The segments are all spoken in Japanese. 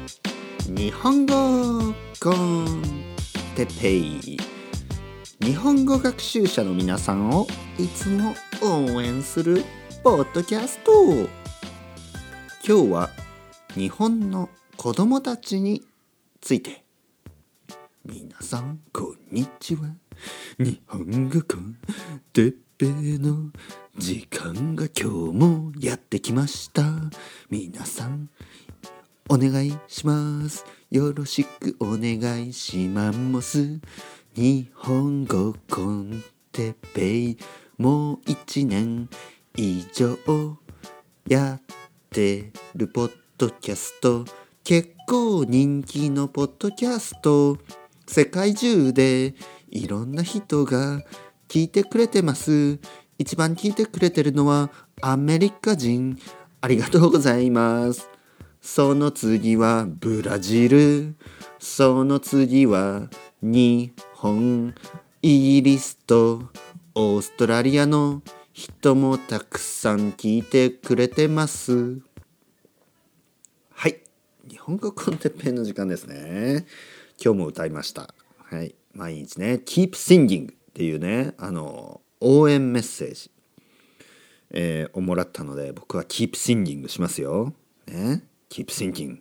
日本語コンテッペイ。日本語学習者の皆さんをいつも応援するポッドキャスト。今日は日本の子供たちについて。皆さんこんにちは。日本語コンテッペイの時間が今日もやってきました。皆さんお願いします。よろしくお願いします。日本語コンテッペイもう1年以上やってるポッドキャスト、結構人気のポッドキャスト、世界中でいろんな人が聞いてくれてます。一番聞いてくれてるのはアメリカ人。ありがとうございます。その次はブラジル、その次は日本、イギリスとオーストラリアの人もたくさん聞いてくれてます。はい、日本語コンテッペイの時間ですね。今日も歌いました。はい、毎日ね Keep Singing っていうね応援メッセージ、をもらったので、僕は Keep Singing しますよ。ね、Keep Thinking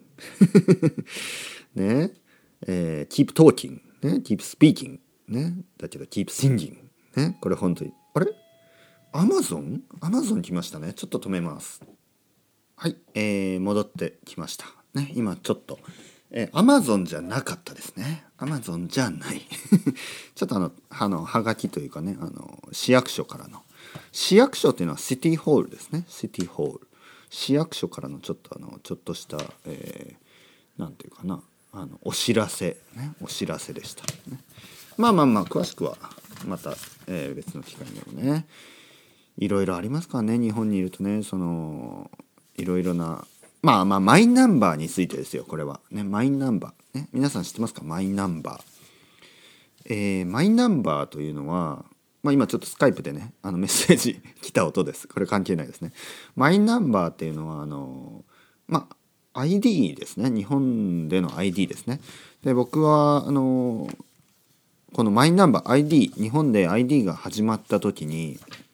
ね、Keep Talking ね、Keep Speaking ね、だけど Keep Singing ね、これ本当にあれAmazon 来ましたね。ちょっと止めます。はい、戻ってきましたね。今ちょっとAmazon じゃなかったですね。Amazon じゃないちょっとはがきというかね、市役所からの、市役所っていうのはシティホールですね。シティホール、市役所からのちょっとした、なんていうかな、お知らせね、お知らせでした、ね。まあ詳しくはまた、別の機会でもね、いろいろありますからね。日本にいるとね、いろいろなマイナンバーについてですよ。これはね、マイナンバーね、皆さん知ってますか？マイナンバー、マイナンバーというのは、今ちょっとスカイプでねメッセージ来た音です。これ関係ないですね。マイナンバーっていうのはID ですね。日本での ID ですね。で、僕はこのマイナンバー ID、 日本で ID が始まった時に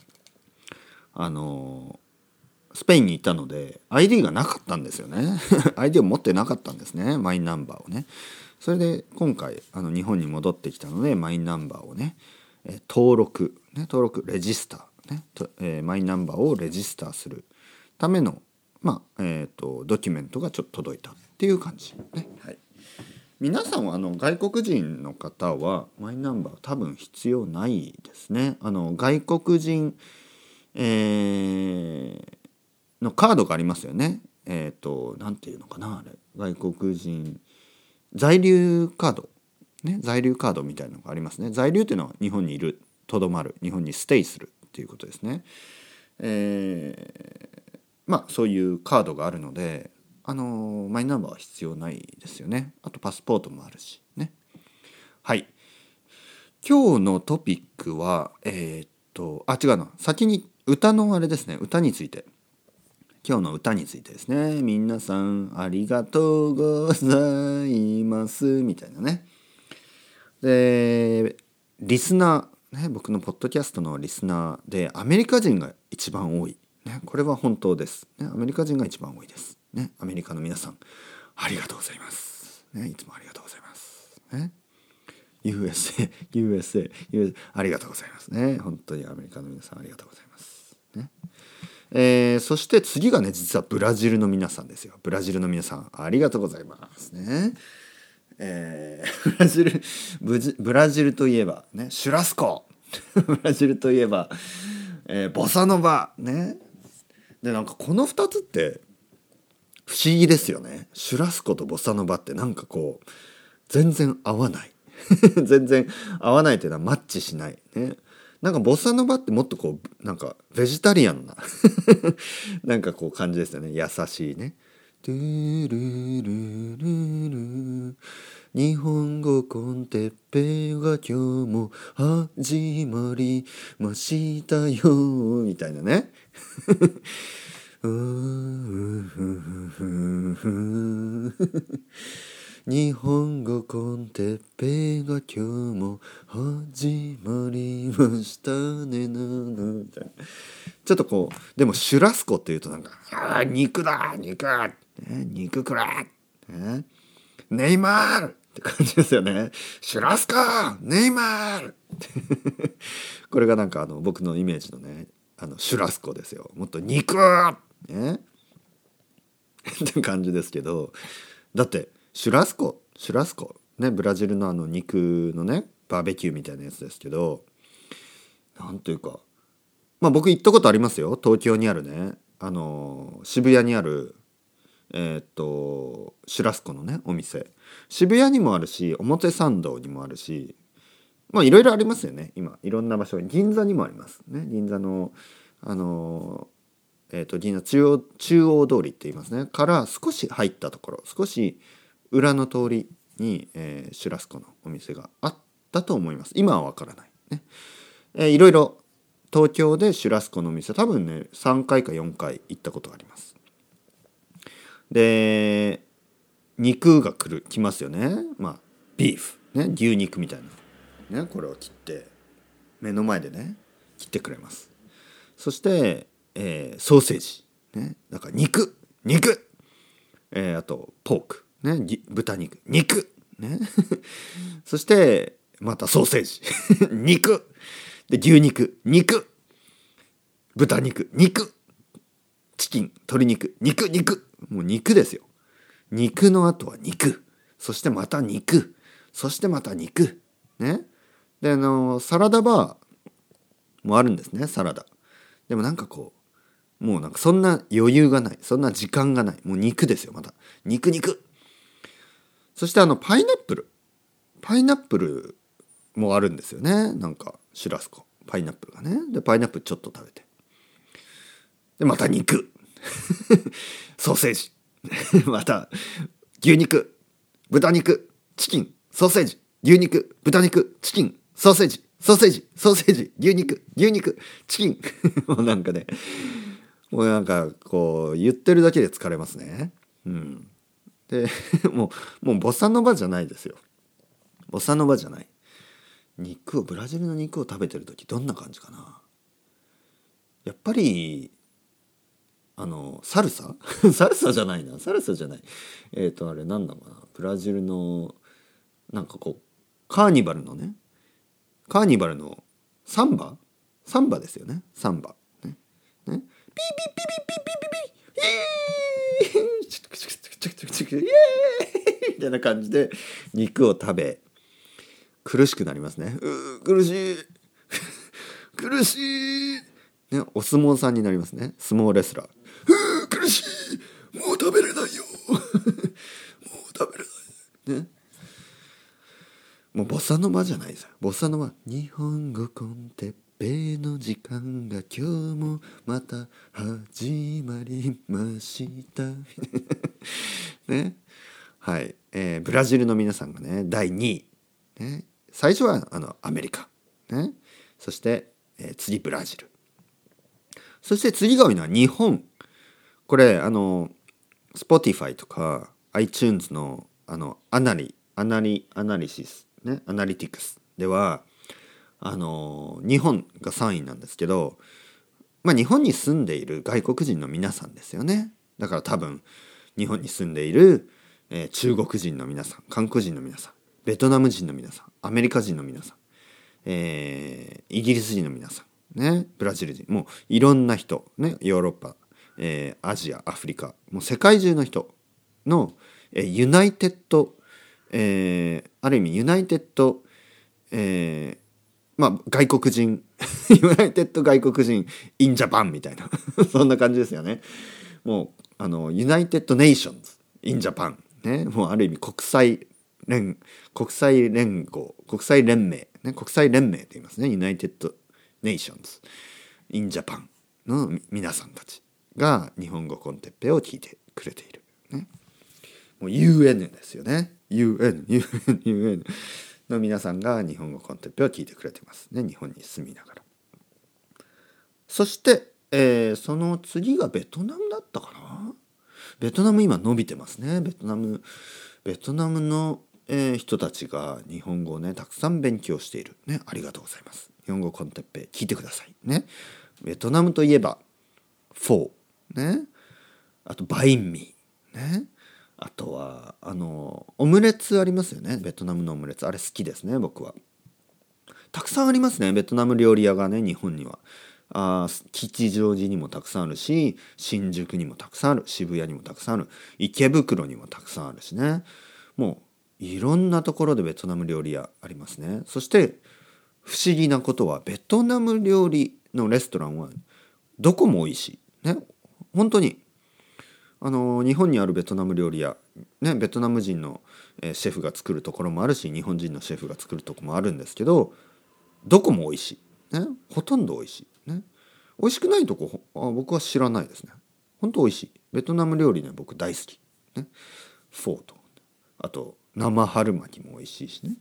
スペインに行ったので ID がなかったんですよねID を持ってなかったんですね、マイナンバーをね。それで今回日本に戻ってきたので、マイナンバーをね、登録レジスター、ね、マイナンバーをレジスターするためのドキュメントがちょっと届いたっていう感じ、ね。はい、皆さんは外国人の方はマイナンバー多分必要ないですね。外国人、のカードがありますよね。なんていうのかな、あれ、外国人在留カードね、在留カードみたいなのがありますね。在留っていうのは日本にいる、とどまる、日本にステイするっていうことですね。そういうカードがあるので、マイナンバーは必要ないですよね。あとパスポートもあるしね。はい。今日のトピックは違うな。先に歌のあれですね。歌について。今日の歌についてですね。皆さんありがとうございますみたいなね。で、リスナー、ね、僕のポッドキャストのリスナーでアメリカ人が一番多い、ね、これは本当です、ね、アメリカ人が一番多いです、ね、アメリカの皆さんありがとうございます、ね、いつもありがとうございます、ね、USA ありがとうございますね。本当にアメリカの皆さんありがとうございますね。そして次がね、実はブラジルの皆さんですよ。ブラジルの皆さんありがとうございますね。ブラジルといえばね、シュラスコブラジルといえば、ボサノバね。で、なんかこの2つって不思議ですよね。シュラスコとボサノバってなんかこう全然合わない全然合わないというのはマッチしないね。なんかボサノバってもっとこうなんかベジタリアンななんかこう感じですよね。優しいね。トゥルルルル、日本語コンテッペイが今日も始まりましたよみたいなね日本語コンテッペイが今日も始まりましたねみたいな。ちょっとこうでもシュラスコっていうとなんか肉だ肉、肉くれ、ネイマールって感じですよね。シュラスコネイマールこれがなんか僕のイメージのねシュラスコですよ。もっと肉ねって感じですけど、だってシュラスコね、ブラジルの肉のねバーベキューみたいなやつですけど、なんというかまあ僕行ったことありますよ。東京にあるね渋谷にあるシュラスコのねお店、渋谷にもあるし表参道にもあるし、まあいろいろありますよね。今いろんな場所に銀座にもありますね。銀座の銀座中央通りって言いますねから少し入ったところ、少し裏の通りに、シュラスコのお店があったと思います。今はわからないね。いろいろ東京でシュラスコのお店多分ね3回か4回行ったことがあります。で肉が来ますよね。まあビーフね、牛肉みたいなね、これを切って目の前でね切ってくれます。そして、ソーセージね、だから肉、あとポークね、豚肉ねそしてまたソーセージ肉で牛肉豚肉チキン鶏肉もう肉ですよ。肉の後は肉、そしてまた肉、そしてまた肉ね。でサラダバーもあるんですね。サラダでもなんかこうもうなんかそんな余裕がない、そんな時間がない、もう肉ですよ。また肉そしてパイナップルもあるんですよね。なんかシュラスコパイナップルがね。でパイナップルちょっと食べて、でまた肉ソーセージまた牛肉豚肉チキンソーセージ牛肉豚肉チキンソーセージ牛肉チキンもうなんかね、もうなんかこう言ってるだけで疲れますね。でもうボサノバじゃないですよ。ボサノバじゃない。ブラジルの肉を食べてる時どんな感じかな。やっぱりサルササルサじゃない。あれなんだろうな。ブラジルのなんかこうカーニバルのサンバですよね。サンバねピーピーピーピーピーピーピーピーイエーイみたいな感じで肉を食べ苦しくなりますね。苦しいね、お相撲さんになりますね。相撲レスラー。苦しい、もう食べれないよもう食べれないね。もうボサノバじゃないですよ。ボサノバ。日本語コンテッペの時間が今日もまた始まりましたね。はい、ブラジルの皆さんがね第2位、ね、最初はアメリカ、ね、そして、次ブラジル、そして次が多いのは日本。これSpotify とか iTunes のアナリシスね、アナリティクスでは日本が3位なんですけど、まあ日本に住んでいる外国人の皆さんですよね。だから多分日本に住んでいる、中国人の皆さん、韓国人の皆さん、ベトナム人の皆さん、アメリカ人の皆さん、イギリス人の皆さんね、ブラジル人、もういろんな人ね、ヨーロッパ、アジア、アフリカ、もう世界中の人の、ユナイテッド、ある意味ユナイテッド、まあ外国人ユナイテッド外国人インジャパンみたいなそんな感じですよね。もうユナイテッドネーションズインジャパンね、もうある意味国際連合国際連盟ね、国際連盟と言いますね。ユナイテッドネーションズインジャパンの皆さんたちが日本語コンテッペを聞いてくれている、ね、もう UN ですよね。UN の皆さんが日本語コンテッペを聞いてくれてますね。日本に住みながら。そしてその次がベトナムだったかな。ベトナム今伸びてますね。ベトナムの、人たちが日本語をねたくさん勉強しているね。ありがとうございます。日本語コンテッペイ聞いてくださいね。ベトナムといえばフォーね、あとバインミーね、あとはオムレツありますよね。ベトナムのオムレツあれ好きですね。僕はたくさんありますね。ベトナム料理屋がね日本には。吉祥寺にもたくさんあるし、新宿にもたくさんある、渋谷にもたくさんある、池袋にもたくさんあるしね。もういろんなところでベトナム料理屋ありますね。そして不思議なことはベトナム料理のレストランはどこも美味しいね。本当に日本にあるベトナム料理屋ね、ベトナム人のシェフが作るところもあるし、日本人のシェフが作るところもあるんですけど、どこも美味しいね。ほとんど美味しいね。美味しくないとこ僕は知らないですね。本当美味しい。ベトナム料理ね僕大好きね。フォーとあと生春巻きも美味しいしね。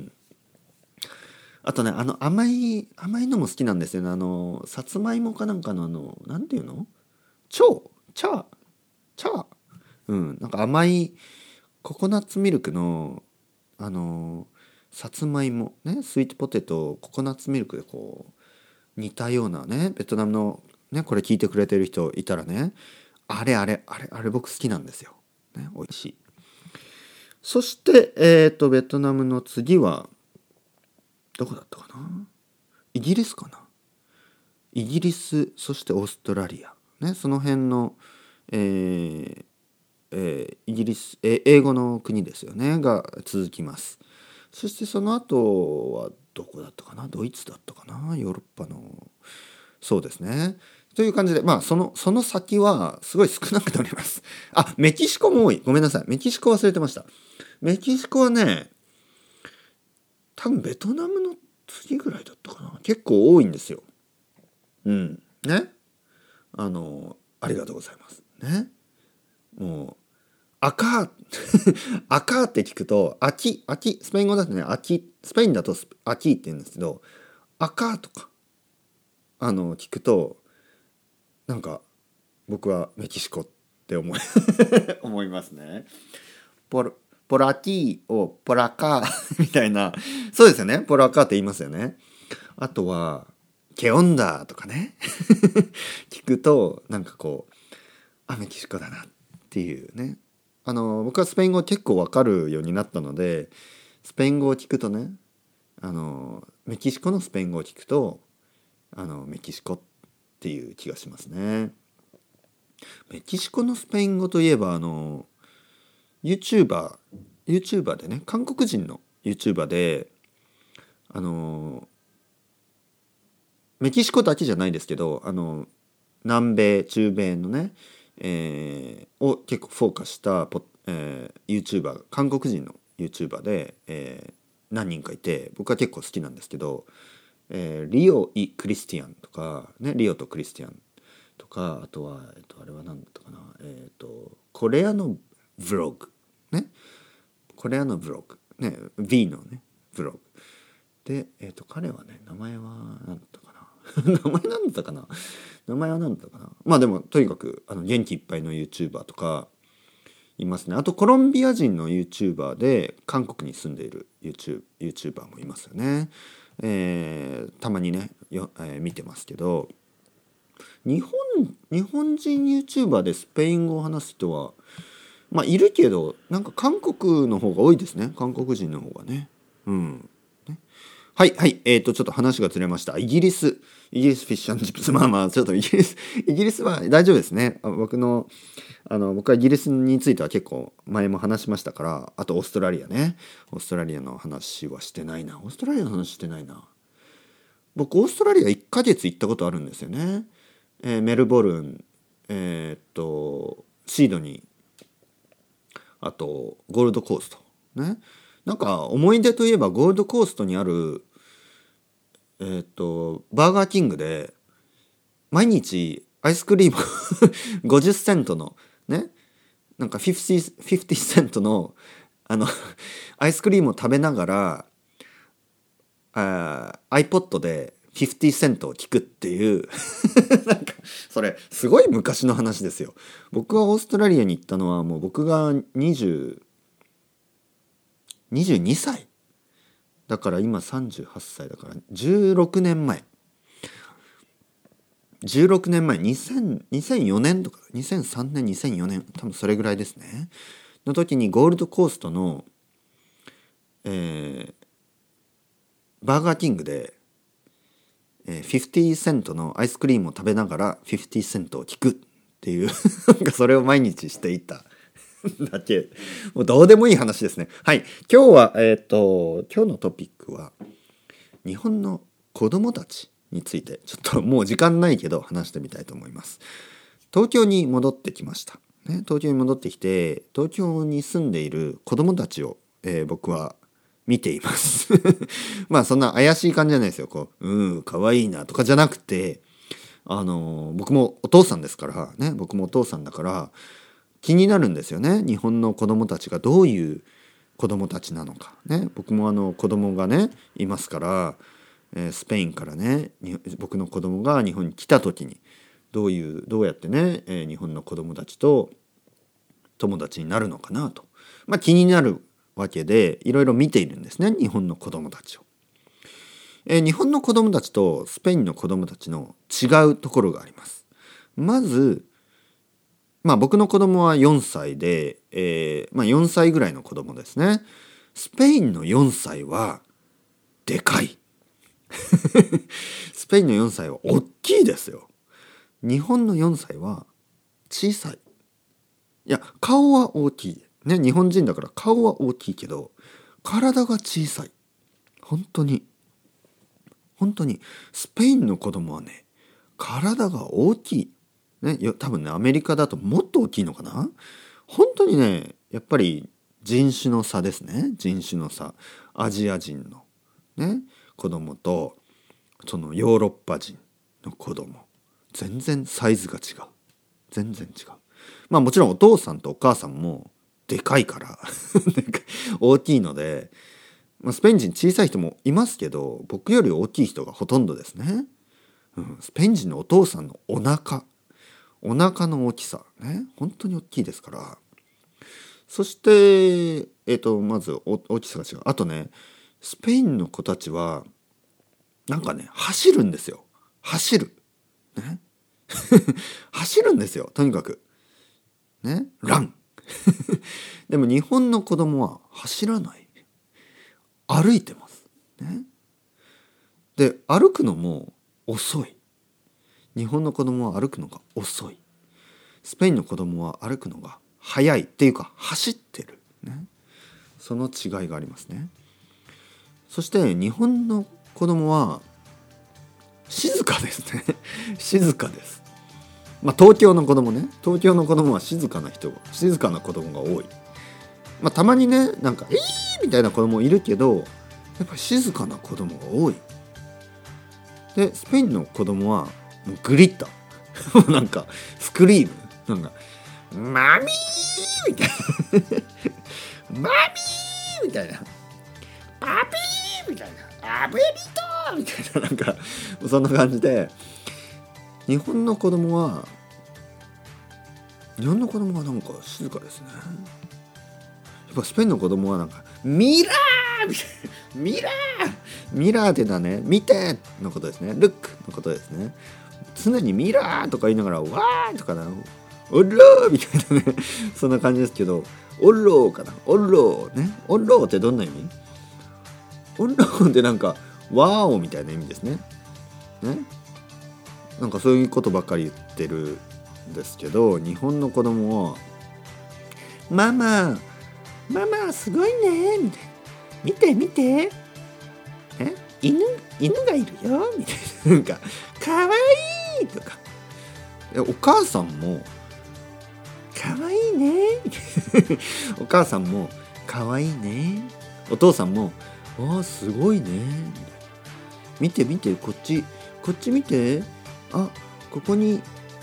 あとね甘いのも好きなんですよね。さつまいもかなんかのなんていうの、チャーなんか甘いココナッツミルクのさつまいもね、スイートポテトをココナッツミルクでこう似たようなね、ベトナムのねこれ聞いてくれてる人いたらね、あれ僕好きなんですよね。美味しい。そしてベトナムの次はどこだったかな。イギリスかな。イギリス、そしてオーストラリアね、その辺のイギリス、英語の国ですよねが続きます。そしてその後はどこだったかな。ドイツだったかな。ヨーロッパのそうですね。という感じでその先はすごい少なくなります。メキシコも多い。ごめんなさい。メキシコ忘れてました。メキシコはね多分ベトナムの次ぐらいだったかな。結構多いんですよ。ね。ありがとうございますね。もう赤って聞くと秋、スペイン語だとね秋、スペインだと秋って言うんですけど、赤とか聞くとなんか僕はメキシコって思いますね。ポラティをポラカーみたいな、そうですよね。ポラカーって言いますよね。あとはケオンダーとかね聞くとなんかこうメキシコだなっていうね。僕はスペイン語結構わかるようになったので、スペイン語を聞くとねメキシコのスペイン語を聞くとメキシコっていう気がしますね。メキシコのスペイン語といえばYouTuber でね、韓国人の YouTuber でメキシコだけじゃないですけど南米中米のね、を結構フォーカスしたYouTuber、韓国人の YouTuber で、何人かいて僕は結構好きなんですけど、リオ・イ・クリスティアンとかね、リオとクリスティアンとか、あとは、あれは何だったかな、コレアのブログね、コレアのブログね、V のねブログで、彼はね名前は何だったかな名前は何だったかな。でもとにかく元気いっぱいの YouTuber とかいますね。あとコロンビア人の YouTuber で韓国に住んでいる YouTuber もいますよね。たまにね見てますけど、日本人 YouTuber でスペイン語を話す人はいるけど、なんか韓国の方が多いですね。韓国人の方がね。はい。ちょっと話がずれました。イギリスフィッシュ&チップス。ちょっとイギリスは大丈夫ですね。僕はイギリスについては結構前も話しましたから。あとオーストラリアね。オーストラリアの話はしてないな。僕オーストラリア1ヶ月行ったことあるんですよね。メルボルン、シードニー、あとゴールドコーストね。なんか思い出といえばゴールドコーストにあるバーガーキングで毎日アイスクリーム50セントのね、なんか50セントのアイスクリームを食べながらiPod で 50セントを聞くっていうなんかそれすごい昔の話ですよ。僕はオーストラリアに行ったのはもう僕が22歳だから今38歳だから16年前2004年とか2003年2004年多分それぐらいですねの時にゴールドコーストの、バーガーキングで、50セントのアイスクリームを食べながら50セントを聞くっていうなんかそれを毎日していただけもうどうでもいい話ですね。はい、今日は今日のトピックは日本の子供たちについてちょっともう時間ないけど話してみたいと思います。東京に戻ってきました、ね、東京に戻ってきて東京に住んでいる子供たちを、僕は見ていますまあそんな怪しい感じじゃないですよ。こう可愛いなとかじゃなくて僕もお父さんですからね。僕もお父さんだから気になるんですよね。日本の子供たちがどういう子供たちなのかね。僕も子供がねいますから、スペインからね僕の子供が日本に来た時にどうやってね、日本の子供たちと友達になるのかなと、気になるわけでいろいろ見ているんですね。日本の子供たちを、日本の子供たちとスペインの子供たちの違うところがあります。まず僕の子供は4歳で、4歳ぐらいの子供ですね。スペインの4歳はでかいスペインの4歳は大きいですよ。日本の4歳は小さい。いや顔は大きいね。日本人だから顔は大きいけど体が小さい。本当にスペインの子供はね体が大きいね。多分ねアメリカだともっと大きいのかな。本当にねやっぱり人種の差ですね。人種の差。アジア人のね子供とそのヨーロッパ人の子供全然サイズが違う。全然違う。もちろんお父さんとお母さんもでかいから大きいので、スペイン人小さい人もいますけど僕より大きい人がほとんどですね。スペイン人のお父さんのお腹の大きさね本当に大きいですから。そしてまず大きさが違う。あとねスペインの子たちはなんかね走るんですよ。走るね走るんですよとにかくね。ランでも日本の子供は走らない。歩いてますね。で歩くのも遅い。日本の子供は歩くのが遅い。スペインの子供は歩くのが速いっていうか走ってるね。その違いがありますね。そして日本の子供は静かですね静かです。東京の子供は静かな子供が多い。たまにねなんかみたいな子供いるけどやっぱり静かな子供が多い。でスペインの子供はもうグリッターなんかスクリームなんかマミーみたいなマミーみたいなパピーみたいなアブエリトみたいななんかそんな感じで日本の子供はなんか静かですね。やっぱスペインの子供はなんかミラーみたいなミラーっていうのはね見てのことですね。ルックのことですね。常にミラーとか言いながらわーとかなオッローみたいなねそんな感じですけどオッローかなオッローね。オッローってどんな意味？オッローってなんかワーオみたいな意味ですね。なんかそういうことばっかり言ってるんですけど日本の子供はママすごいねみたいな見て犬がいるよみたいななんかかわいいとかお母さんもかわいいねお母さんもかわいいねお父さんもすごいね見てこっち見てここに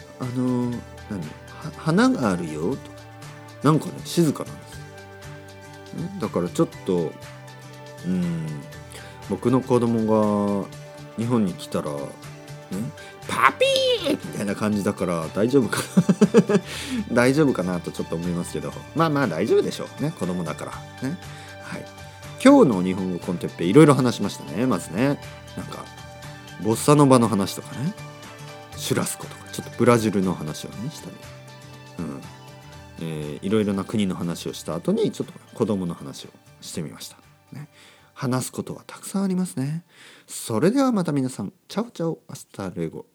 花があるよとなんかね静かなんです、だからちょっと僕の子供が日本に来たらねパピーみたいな感じだから大丈夫かな大丈夫かなとちょっと思いますけど、まあ大丈夫でしょうね、子供だからね。はい、今日の日本語コンテッペいろいろ話しましたね。まずね、なんかボッサノバの話とかね、シュラスコとかちょっとブラジルの話をねしたり、いろいろな国の話をした後にちょっと子供の話をしてみましたね。話すことはたくさんありますね。それではまた皆さん、チャオチャオアスタルエゴ。